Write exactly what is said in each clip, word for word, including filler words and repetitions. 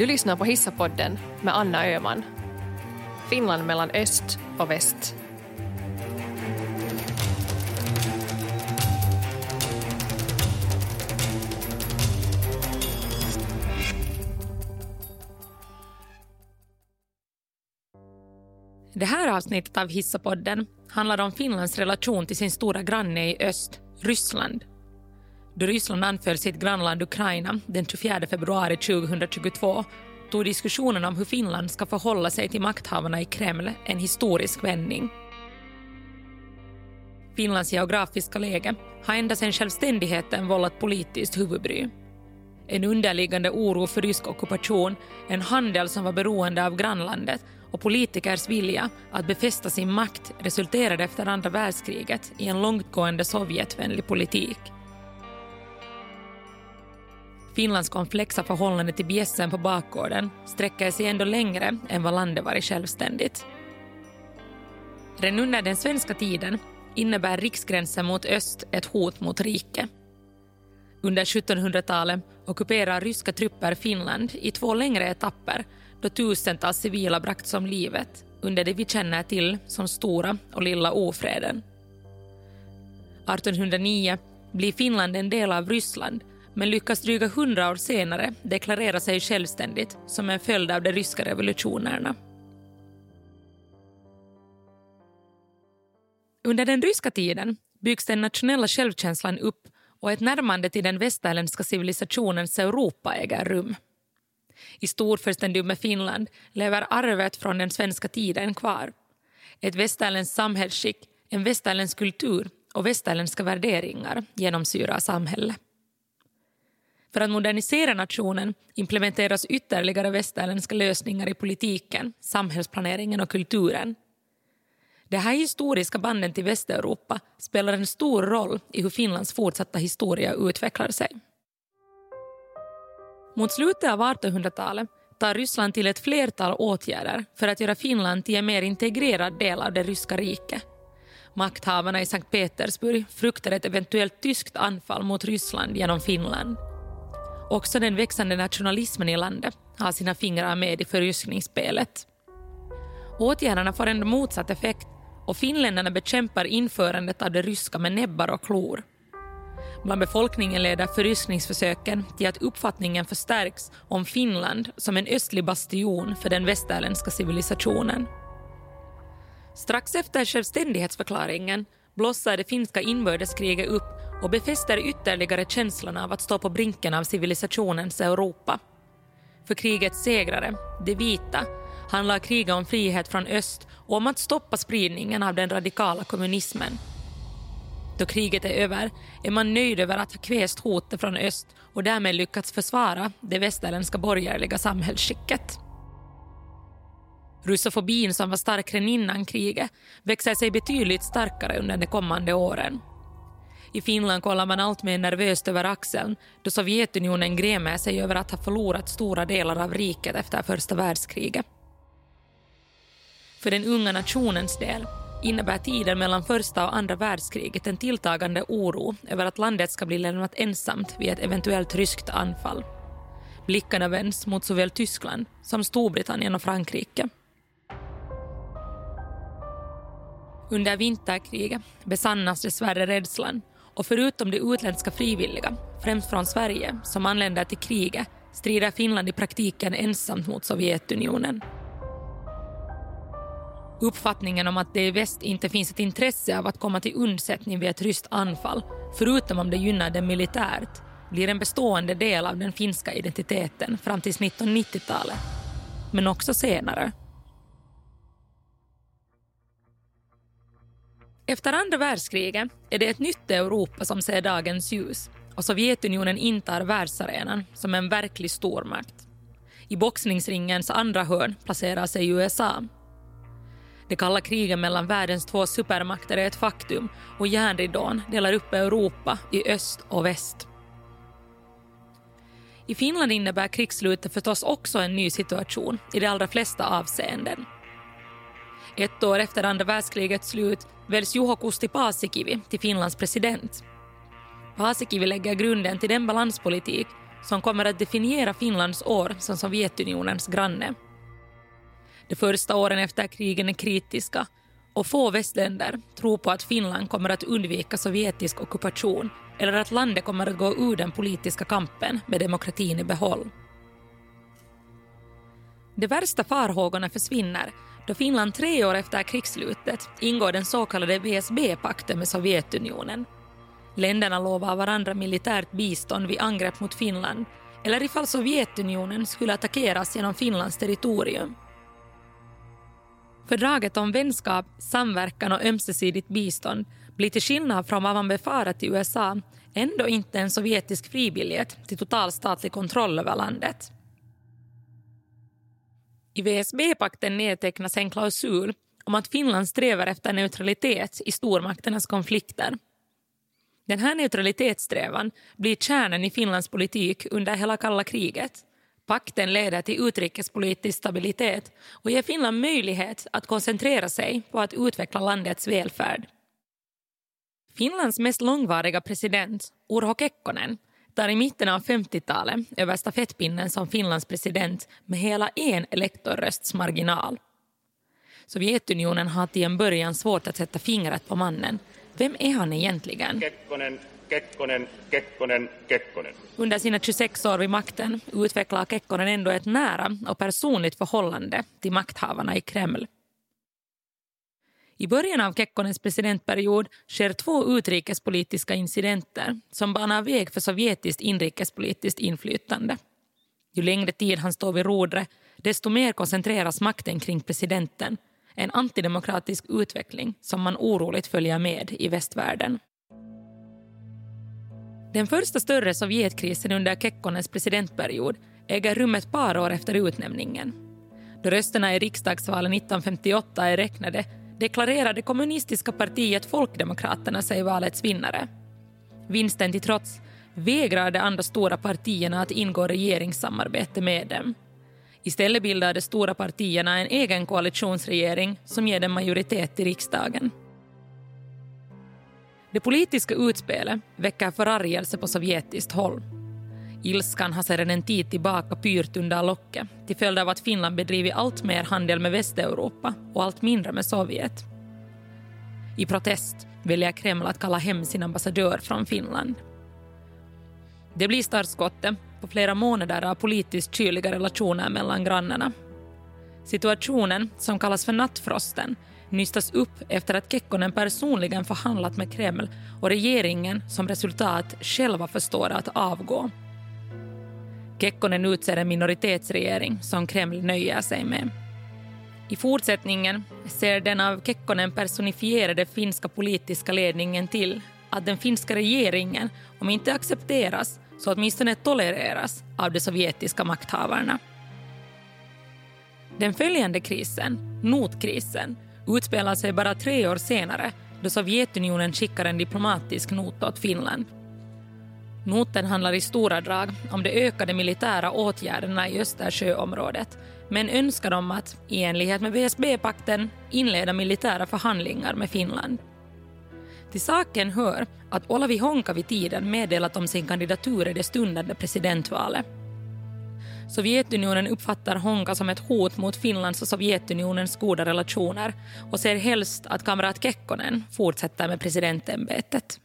Du lyssnar på Hissapodden med Anna Öhman. Finland mellan öst och väst. Det här avsnittet av Hissapodden handlar om Finlands relation till sin stora granne i öst, Ryssland. Då Ryssland anföll sitt grannland Ukraina den tjugofjärde februari tjugohundratjugotvå tog diskussionen om hur Finland ska förhålla sig till makthavarna i Kreml en historisk vändning. Finlands geografiska läge har ända sedan självständigheten vållat politiskt huvudbry. En underliggande oro för rysk ockupation, en handel som var beroende av grannlandet och politikers vilja att befästa sin makt resulterade efter andra världskriget i en långtgående sovjetvänlig politik. Finlands komplexa förhållande till bjässen på bakgården sträcker sig ändå längre än vad landet varit självständigt. Redan under den svenska tiden innebär riksgränsen mot öst ett hot mot rike. Under sjuttonhundratalet ockuperar ryska trupper Finland i två längre etapper då tusentals civila bragts om livet under det vi känner till som stora och lilla ofreden. artonhundranio blir Finland en del av Ryssland men lyckas dryga hundra år senare deklarera sig självständigt som en följd av de ryska revolutionerna. Under den ryska tiden byggs den nationella självkänslan upp och ett närmande till den västerländska civilisationens Europa äger rum. I storfurstendöme Finland lever arvet från den svenska tiden kvar. Ett västerländskt samhällsskick, en västerländsk kultur och västerländska värderingar genomsyrar samhället. För att modernisera nationen implementeras ytterligare västerländska lösningar i politiken, samhällsplaneringen och kulturen. De här historiska banden till Västeuropa spelar en stor roll i hur Finlands fortsatta historia utvecklar sig. Mot slutet av artonhundratalet tar Ryssland till ett flertal åtgärder för att göra Finland till en mer integrerad del av det ryska riket. Makthavarna i Sankt Petersburg fruktar ett eventuellt tyskt anfall mot Ryssland genom Finland. Också den växande nationalismen i landet har sina fingrar med i förryskningsspelet. Åtgärderna får en motsatt effekt och finländarna bekämpar införandet av det ryska med näbbar och klor. Bland befolkningen leder förryskningsförsöken till att uppfattningen förstärks om Finland som en östlig bastion för den västerländska civilisationen. Strax efter självständighetsförklaringen blossar det finska inbördeskriget upp och befäster ytterligare känslan av att stå på brinken av civilisationens Europa. För krigets segrare, de vita, handlar kriget om frihet från öst och om att stoppa spridningen av den radikala kommunismen. Då kriget är över är man nöjd över att ha kväst hotet från öst och därmed lyckats försvara det västerländska borgerliga samhällsskicket. Russofobin som var starkare innan kriget växer sig betydligt starkare under de kommande åren. I Finland kollar man allt mer nervöst över axeln då Sovjetunionen grämer sig över att ha förlorat stora delar av riket efter första världskriget. För den unga nationens del innebär tiden mellan första och andra världskriget en tilltagande oro över att landet ska bli lämnat ensamt vid ett eventuellt ryskt anfall. Blickarna vänds mot såväl Tyskland som Storbritannien och Frankrike. Under vinterkriget besannas dessvärre rädslan och förutom de utländska frivilliga, främst från Sverige, som anländer till kriget strider Finland i praktiken ensamt mot Sovjetunionen. Uppfattningen om att det i väst inte finns ett intresse av att komma till undsättning vid ett ryskt anfall, förutom om det gynnar den militärt, blir en bestående del av den finska identiteten fram till nittonhundranittiotalet, men också senare. Efter andra världskriget är det ett nytt Europa som ser dagens ljus och Sovjetunionen intar världsarenan som en verklig stormakt. I boxningsringens andra hörn placerar sig U S A. Det kalla kriget mellan världens två supermakter är ett faktum och järnridån delar upp Europa i öst och väst. I Finland innebär krigsslutet förstås också en ny situation i de allra flesta avseenden. Ett år efter andra världskrigets slut väljs Juho Kusti Paasikivi till Finlands president. Paasikivi lägger grunden till den balanspolitik som kommer att definiera Finlands år som Sovjetunionens granne. De första åren efter krigen är kritiska och få västländer tror på att Finland kommer att undvika sovjetisk ockupation eller att landet kommer att gå ur den politiska kampen med demokratin i behåll. De värsta farhågorna försvinner då Finland tre år efter krigsslutet ingår den så kallade V S B-pakten med Sovjetunionen. Länderna lovar varandra militärt bistånd vid angrepp mot Finland eller ifall Sovjetunionen skulle attackeras genom Finlands territorium. Fördraget om vänskap, samverkan och ömsesidigt bistånd blir till skillnad från vad man befarat i U S A ändå inte en sovjetisk fribiljett till total statlig kontroll över landet. I V S B-pakten nedtecknas en klausul om att Finland strävar efter neutralitet i stormakternas konflikter. Den här neutralitetssträvan blir kärnan i Finlands politik under hela kalla kriget. Pakten leder till utrikespolitisk stabilitet och ger Finland möjlighet att koncentrera sig på att utveckla landets välfärd. Finlands mest långvariga president, Urho Kekkonen, tar i mitten av femtiotalet över stafettpinnen som Finlands president med hela en elektorrösts marginal. Sovjetunionen har till en början svårt att sätta fingret på mannen. Vem är han egentligen? Kekkonen, Kekkonen, Kekkonen, Kekkonen. Under sina tjugosex år vid makten utvecklar Kekkonen ändå ett nära och personligt förhållande till makthavarna i Kreml. I början av Kekkonens presidentperiod sker två utrikespolitiska incidenter som banar väg för sovjetiskt inrikespolitiskt inflytande. Ju längre tid han står vid rodret, desto mer koncentreras makten kring presidenten. En antidemokratisk utveckling som man oroligt följer med i västvärlden. Den första större Sovjetkrisen under Kekkonens presidentperiod äger rum ett par år efter utnämningen. Då rösterna i riksdagsvalen nittonhundrafemtioåtta är räknade deklarerade kommunistiska partiet Folkdemokraterna sig valets vinnare. Vinsten till trots vägrar de andra stora partierna att ingå regeringssamarbete med dem. Istället bildar de stora partierna en egen koalitionsregering som ger dem majoritet i riksdagen. Det politiska utspelet väcker förargelse på sovjetiskt håll. Ilskan har sedan en tid tillbaka pyrt under locket till följd av att Finland bedriver allt mer handel med Västeuropa och allt mindre med Sovjet. I protest väljer Kreml att kalla hem sin ambassadör från Finland. Det blir startskottet på flera månader av politiskt kyliga relationer mellan grannarna. Situationen, som kallas för nattfrosten, nystas upp efter att Kekkonen personligen förhandlat med Kreml och regeringen som resultat själva förstår att avgå. Kekkonen utser en minoritetsregering som Kreml nöjer sig med. I fortsättningen ser den av Kekkonen personifierade finska politiska ledningen till att den finska regeringen, om inte accepteras, så åtminstone tolereras av de sovjetiska makthavarna. Den följande krisen, notkrisen, utspelar sig bara tre år senare då Sovjetunionen skickar en diplomatisk not åt Finland. Noten handlar i stora drag om de ökade militära åtgärderna i Östersjöområdet, men önskar om att, i enlighet med V S B-pakten, inleda militära förhandlingar med Finland. Till saken hör att Olavi Honka vid tiden meddelat om sin kandidatur i det stundande presidentvalet. Sovjetunionen uppfattar Honka som ett hot mot Finlands och Sovjetunionens goda relationer och ser helst att kamrat Kekkonen fortsätter med presidentämbetet.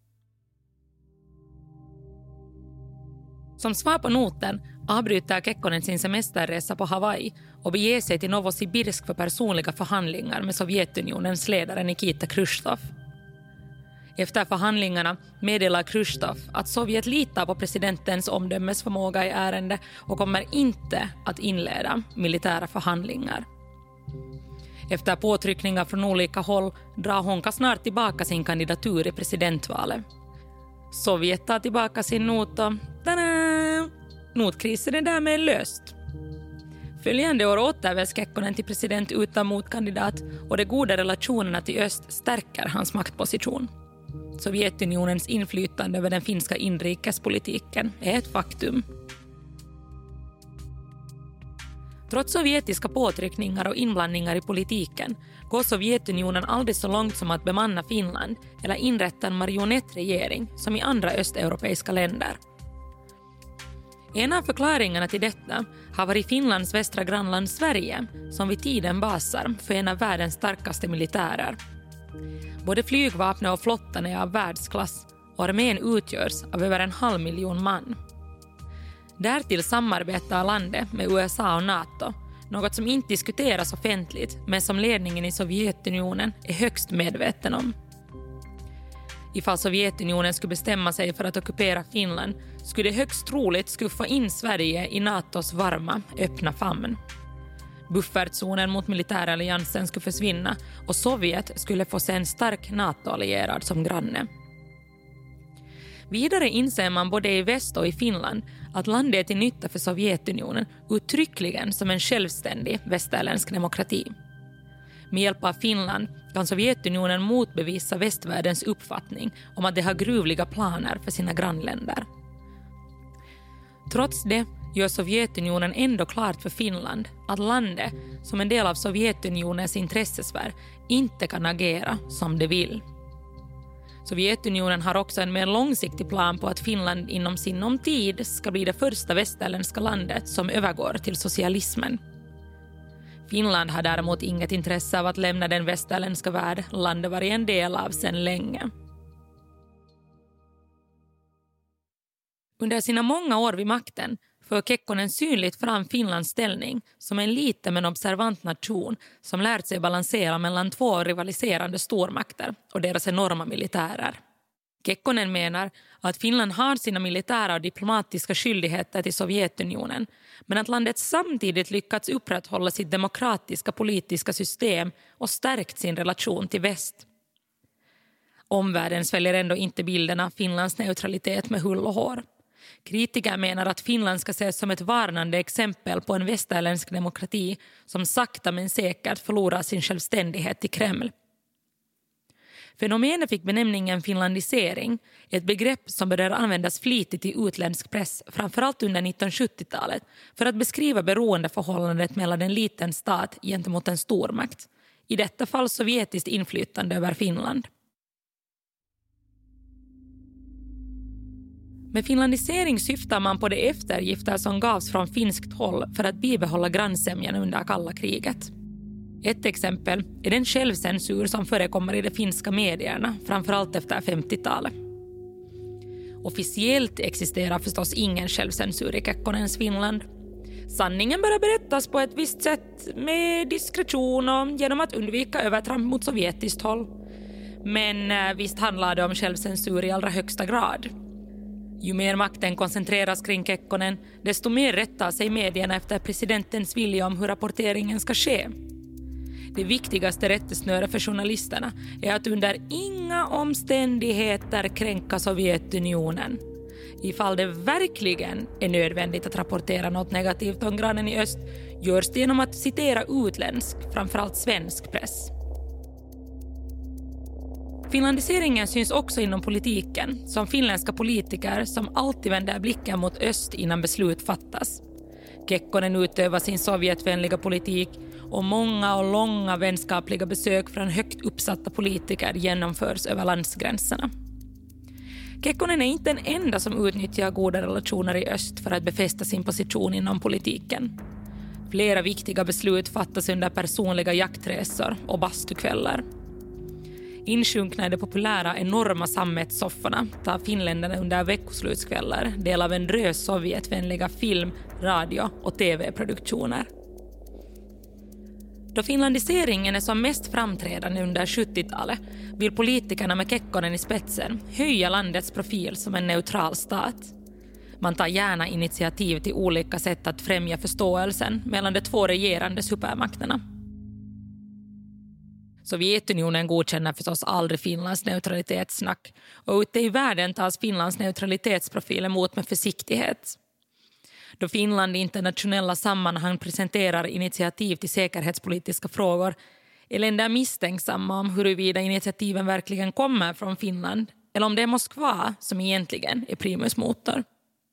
Som svar på noten avbryter Kekkonen sin semesterresa på Hawaii och beger sig till Novosibirsk för personliga förhandlingar med Sovjetunionens ledare Nikita Khrushchev. Efter förhandlingarna meddelar Khrushchev att Sovjet litar på presidentens omdömesförmåga i ärende och kommer inte att inleda militära förhandlingar. Efter påtryckningar från olika håll drar Honka snart tillbaka sin kandidatur i presidentvalet. Sovjet tar tillbaka sin not och tada! Notkrisen är därmed löst. Följande år återväljs Kekkonen till president utan motkandidat och de goda relationerna till öst stärker hans maktposition. Sovjetunionens inflytande över den finska inrikespolitiken är ett faktum. Trots sovjetiska påtryckningar och inblandningar i politiken går Sovjetunionen aldrig så långt som att bemanna Finland eller inrätta en marionettregering som i andra östeuropeiska länder. En av förklaringarna till detta har varit Finlands västra grannland Sverige, som vid tiden basar för en av världens starkaste militärer. Både flygvapnet och flottan är av världsklass och armén utgörs av över en halv miljon man. Därtill samarbetar landet med U S A och NATO, något som inte diskuteras offentligt men som ledningen i Sovjetunionen är högst medveten om. Ifall Sovjetunionen skulle bestämma sig för att ockupera Finland skulle det högst troligt skuffa in Sverige i NATOs varma, öppna famn. Buffertzonen mot militäralliansen skulle försvinna och Sovjet skulle få se en stark NATO-allierad som granne. Vidare inser man både i väst och i Finland att landet är till nytta för Sovjetunionen uttryckligen som en självständig västerländsk demokrati. Med hjälp av Finland kan Sovjetunionen motbevisa västvärldens uppfattning om att de har gruvliga planer för sina grannländer. Trots det gör Sovjetunionen ändå klart för Finland att landet, som en del av Sovjetunionens intressesfär, inte kan agera som det vill. Sovjetunionen har också en mer långsiktig plan på att Finland inom sinom tid ska bli det första västerländska landet som övergår till socialismen. Finland har däremot inget intresse av att lämna den västerländska värld landet var en del av sedan länge. Under sina många år vid makten för Kekkonen synligt fram Finlands ställning som en liten men observant nation som lärt sig balansera mellan två rivaliserande stormakter och deras enorma militärer. Kekkonen menar att Finland har sina militära och diplomatiska skyldigheter till Sovjetunionen, men att landet samtidigt lyckats upprätthålla sitt demokratiska politiska system och stärkt sin relation till väst. Omvärlden sväljer ändå inte bilden av Finlands neutralitet med hull och hår. Kritiker menar att Finland ska ses som ett varnande exempel på en västerländsk demokrati som sakta men säkert förlorar sin självständighet till Kreml. Fenomenet fick benämningen finlandisering, ett begrepp som började användas flitigt i utländsk press, framförallt under nittonhundrasjuttiotalet, för att beskriva beroendeförhållandet mellan en liten stat gentemot en stormakt. I detta fall sovjetiskt inflytande över Finland. Med finlandisering syftar man på de eftergifter som gavs från finskt håll för att bibehålla grannsämjan under kalla kriget. Ett exempel är den självcensur som förekommer i de finska medierna, framförallt efter femtiotalet. Officiellt existerar förstås ingen självcensur i Kekkonens Finland. Sanningen börjar berättas på ett visst sätt med diskretion och genom att undvika övertramp mot sovjetiskt håll. Men visst handlar det om självcensur i allra högsta grad. Ju mer makten koncentreras kring Kekkonen, desto mer rättar sig medierna efter presidentens vilja om hur rapporteringen ska ske. Det viktigaste rättesnöret för journalisterna är att under inga omständigheter kränka Sovjetunionen. Ifall det verkligen är nödvändigt att rapportera något negativt om grannen i öst görs det genom att citera utländsk, framförallt svensk press. Finlandiseringen syns också inom politiken, som finländska politiker som alltid vänder blicken mot öst innan beslut fattas. Kekkonen utövar sin sovjetvänliga politik och många och långa vänskapliga besök från högt uppsatta politiker genomförs över landsgränserna. Kekkonen är inte den enda som utnyttjar goda relationer i öst för att befästa sin position inom politiken. Flera viktiga beslut fattas under personliga jaktresor och bastukvällar. Insjunkna i de populära enorma sammetssofforna tar finländarna under veckoslutskvällar del av en drös sovjetvänliga film-, radio- och tv-produktioner. Då finlandiseringen är som mest framträdande under sjuttiotalet vill politikerna med Kekkonen i spetsen höja landets profil som en neutral stat. Man tar gärna initiativ till olika sätt att främja förståelsen mellan de två regerande supermakterna. Sovjetunionen godkänner förstås aldrig Finlands neutralitetssnack och ute i världen tas Finlands neutralitetsprofil emot med försiktighet. Då Finland i internationella sammanhang presenterar initiativ till säkerhetspolitiska frågor är länder misstänksamma om huruvida initiativen verkligen kommer från Finland eller om det är Moskva som egentligen är primus motor.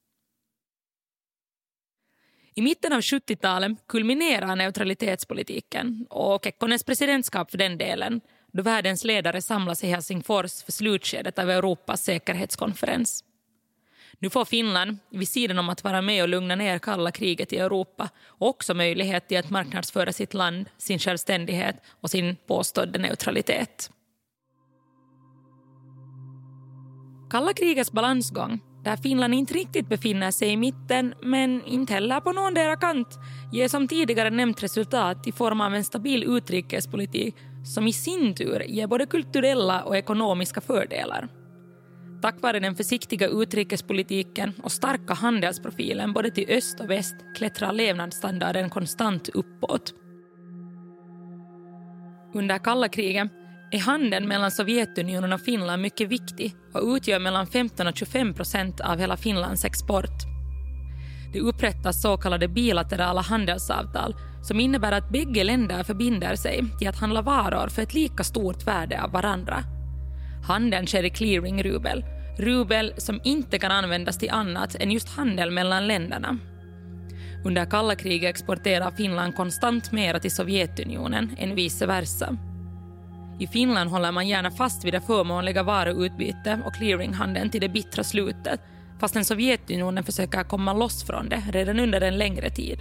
I mitten av sjuttiotalet kulminerar neutralitetspolitiken och Kekkonens presidentskap för den delen då världens ledare samlas i Helsingfors för slutskedet av Europas säkerhetskonferens. Nu får Finland, vid sidan om att vara med och lugna ner kalla kriget i Europa, också möjlighet till att marknadsföra sitt land, sin självständighet och sin påstådda neutralitet. Kalla krigets balansgång, där Finland inte riktigt befinner sig i mitten men inte heller på någon dera kant, ger som tidigare nämnt resultat i form av en stabil utrikespolitik som i sin tur ger både kulturella och ekonomiska fördelar. Tack vare den försiktiga utrikespolitiken och starka handelsprofilen både till öst och väst klättrar levnadsstandarden konstant uppåt. Under kalla kriget är handeln mellan Sovjetunionen och Finland mycket viktig och utgör mellan femton och tjugofem procent av hela Finlands export. Det upprättas så kallade bilaterala handelsavtal som innebär att bägge länder förbinder sig till att handla varor för ett lika stort värde av varandra. Handeln sker i clearing-rubel, rubel som inte kan användas till annat än just handel mellan länderna. Under kalla kriget exporterar Finland konstant mer till Sovjetunionen än vice versa. I Finland håller man gärna fast vid det förmånliga varuutbyte och clearinghandeln till det bittra slutet, fast den Sovjetunionen försöker komma loss från det redan under en längre tid.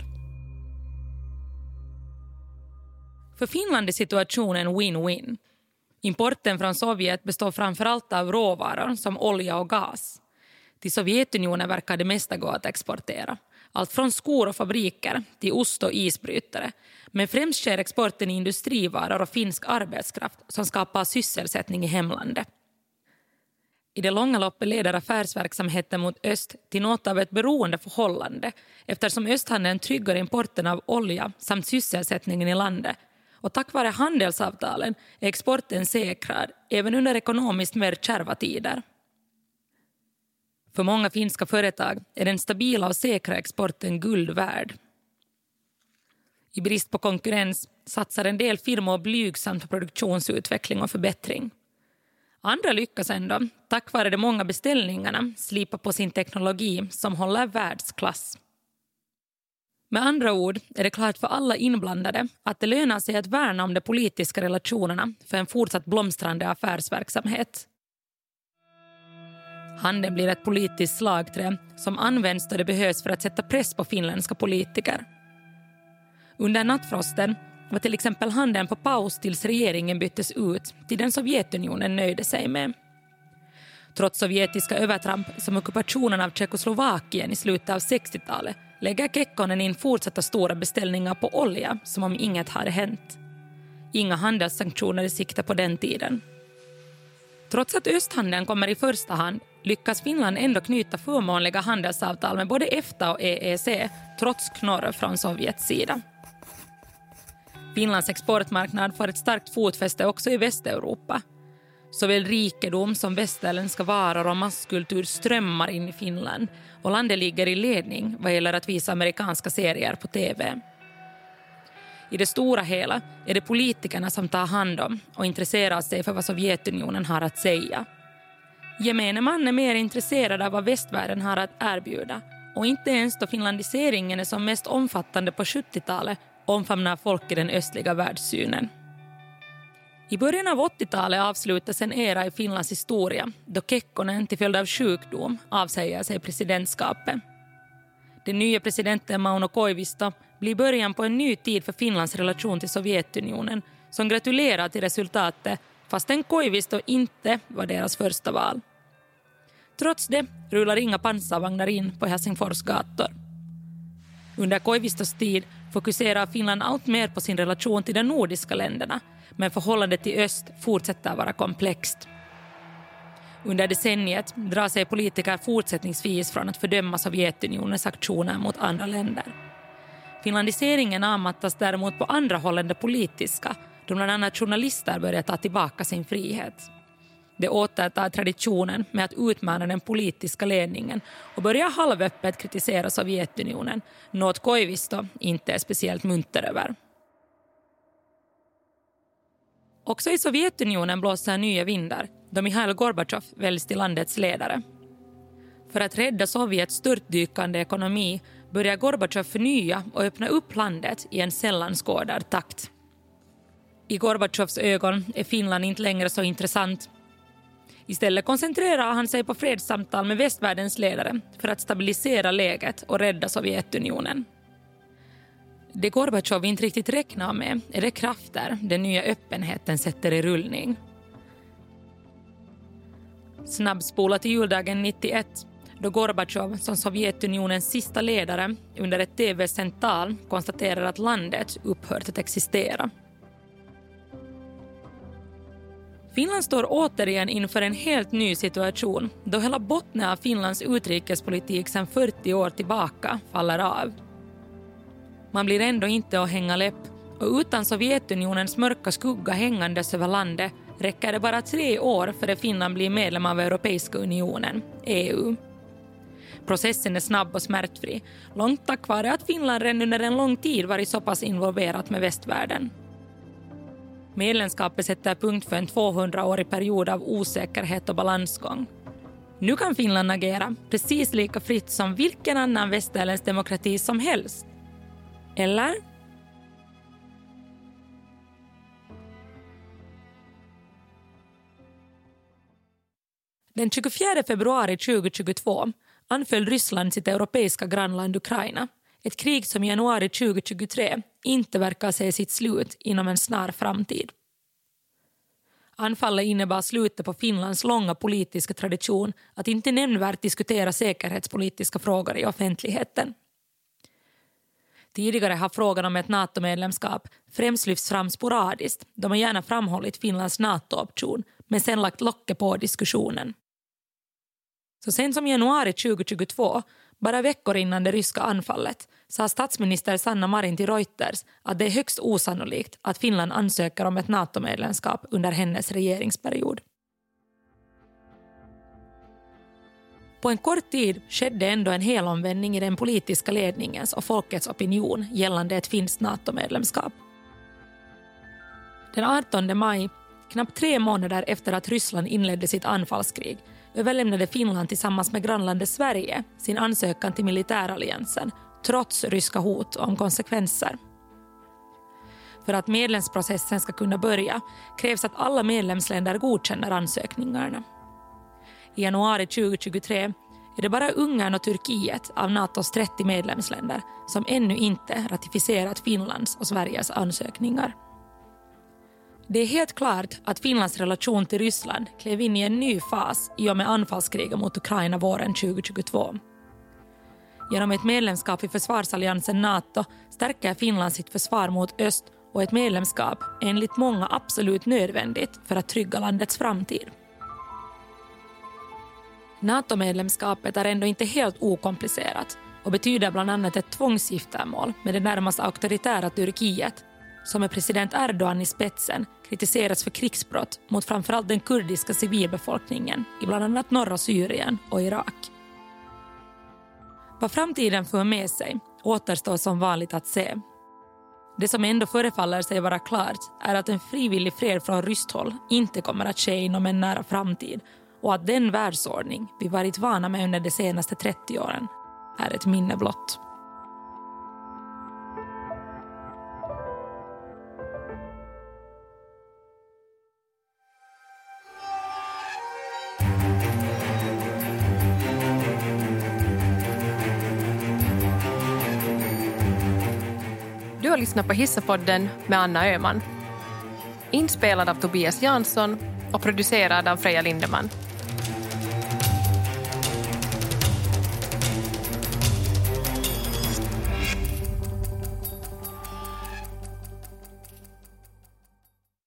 För Finland är situationen win-win. Importen från Sovjet består framförallt av råvaror som olja och gas. Till Sovjetunionen verkar det mesta gå att exportera. Allt från skor och fabriker till ost och isbrytare. Men främst sker exporten i industrivaror och finsk arbetskraft som skapar sysselsättning i hemlandet. I det långa loppet leder affärsverksamheten mot öst till något av ett beroende förhållande eftersom östhandeln tryggar importen av olja samt sysselsättningen i landet. Och tack vare handelsavtalen är exporten säkrad även under ekonomiskt mer kärva tider. För många finska företag är den stabila och säkra exporten guld värd. I brist på konkurrens satsar en del firmor blygsamt på produktionsutveckling och förbättring. Andra lyckas ändå, tack vare de många beställningarna, slipa på sin teknologi som håller världsklass. Med andra ord är det klart för alla inblandade att det lönar sig att värna om de politiska relationerna för en fortsatt blomstrande affärsverksamhet. Handeln blir ett politiskt slagträ som används då det behövs för att sätta press på finländska politiker. Under nattfrosten var till exempel handeln på paus tills regeringen byttes ut till den Sovjetunionen nöjde sig med. Trots sovjetiska övertramp som ockupationen av Tjeckoslovakien i slutet av sextiotalet lägger Kekkonen in fortsatta stora beställningar på olja som om inget hade hänt. Inga handelssanktioner i sikte på den tiden. Trots att östhandeln kommer i första hand lyckas Finland ändå knyta förmånliga handelsavtal med både EFTA och E E C trots knorr från Sovjets sida. Finlands exportmarknad får ett starkt fotfäste också i Västeuropa. Såväl rikedom som västerländska varor och masskultur strömmar in i Finland och landet ligger i ledning vad gäller att visa amerikanska serier på tv. I det stora hela är det politikerna som tar hand om och intresserar sig för vad Sovjetunionen har att säga. Gemene man är mer intresserad av vad västvärlden har att erbjuda och inte ens då finlandiseringen är som mest omfattande på sjuttiotalet omfamnar folk i den östliga världssynen. I början av åttiotalet avslutas en era i Finlands historia då Kekkonen till följd av sjukdom avsäger sig presidentskapet. Den nya presidenten Mauno Koivisto blir början på en ny tid för Finlands relation till Sovjetunionen som gratulerar till resultatet fastän Koivisto inte var deras första val. Trots det rullar inga pansarvagnar in på Helsingfors gator. Under Koivistos tid fokuserar Finland allt mer på sin relation till de nordiska länderna, men förhållandet till öst fortsätter vara komplext. Under decenniet drar sig politiker fortsättningsvis från att fördöma Sovjetunionens aktioner mot andra länder. Finlandiseringen avmattas däremot på andra håll än det politiska, då bland annat journalister börjar ta tillbaka sin frihet. Det återtar traditionen med att utmana den politiska ledningen och börjar halvöppet kritisera Sovjetunionen, något Koivisto inte är speciellt munter över. Också i Sovjetunionen blåser nya vindar då Mikhail Gorbatjov väljs till landets ledare. För att rädda Sovjets störtdykande ekonomi börjar Gorbatjov förnya och öppna upp landet i en sällan skådad takt. I Gorbatjovs ögon är Finland inte längre så intressant. Istället koncentrerar han sig på fredssamtal med västvärldens ledare för att stabilisera läget och rädda Sovjetunionen. Det Gorbatjov inte riktigt räknar med är det krafter den nya öppenheten sätter i rullning. Snabbspola till juldagen nittioett, då Gorbatjov som Sovjetunionens sista ledare under ett tv-sänt tal konstaterar att landet upphört att existera. Finland står återigen inför en helt ny situation då hela botten av Finlands utrikespolitik sedan fyrtio år tillbaka faller av. Man blir ändå inte att hänga läpp och utan Sovjetunionens mörka skugga hängandes över landet räcker det bara tre år för att Finland blir medlem av Europeiska unionen, E U. Processen är snabb och smärtfri, långt tack vare att Finland redan under en lång tid varit så pass involverat med västvärlden. Medlemskapet sätter punkt för en tvåhundraårig period av osäkerhet och balansgång. Nu kan Finland agera precis lika fritt som vilken annan västerländsk demokrati som helst. Eller? Den tjugofjärde februari tjugohundratjugotvå anföll Ryssland sitt europeiska grannland Ukraina. Ett krig som i januari tjugohundratjugotre inte verkar se sitt slut inom en snar framtid. Anfallet innebar slutet på Finlands långa politiska tradition att inte nämnvärt diskutera säkerhetspolitiska frågor i offentligheten. Tidigare har frågan om ett NATO-medlemskap främst lyfts fram sporadiskt då man gärna framhållit Finlands NATO-option men sen lagt locket på diskussionen. Så sen som januari tjugohundratjugotvå, bara veckor innan det ryska anfallet, sa statsminister Sanna Marin till Reuters att det är högst osannolikt att Finland ansöker om ett NATO-medlemskap under hennes regeringsperiod. På en kort tid skedde ändå en helomvändning i den politiska ledningens och folkets opinion gällande ett finskt NATO-medlemskap. Den artonde maj, knappt tre månader efter att Ryssland inledde sitt anfallskrig, överlämnade Finland tillsammans med grannlandet Sverige sin ansökan till militäralliansen, trots ryska hot om konsekvenser. För att medlemsprocessen ska kunna börja krävs att alla medlemsländer godkänner ansökningarna. I januari tjugohundratjugotre är det bara Ungern och Turkiet av NATOs trettio medlemsländer som ännu inte ratificerat Finlands och Sveriges ansökningar. Det är helt klart att Finlands relation till Ryssland klev in i en ny fas i och med anfallskriget mot Ukraina våren tjugohundratjugotvå. Genom ett medlemskap i försvarsalliansen NATO stärker Finland sitt försvar mot öst och ett medlemskap är enligt många absolut nödvändigt för att trygga landets framtid. NATO-medlemskapet är ändå inte helt okomplicerat och betyder bland annat ett tvångsgiftermål med det närmast auktoritära Turkiet som med president Erdogan i spetsen kritiserats för krigsbrott mot framförallt den kurdiska civilbefolkningen i bland annat norra Syrien och Irak. Vad framtiden för med sig återstår som vanligt att se. Det som ändå förefaller sig vara klart är att en frivillig fred från ryskt håll inte kommer att ske inom en nära framtid och att den världsordning vi varit vana med under de senaste trettio åren är ett minne blott. Du har lyssnat på Hissapodden med Anna Öhman. Inspelad av Tobias Jansson och producerad av Freja Lindeman.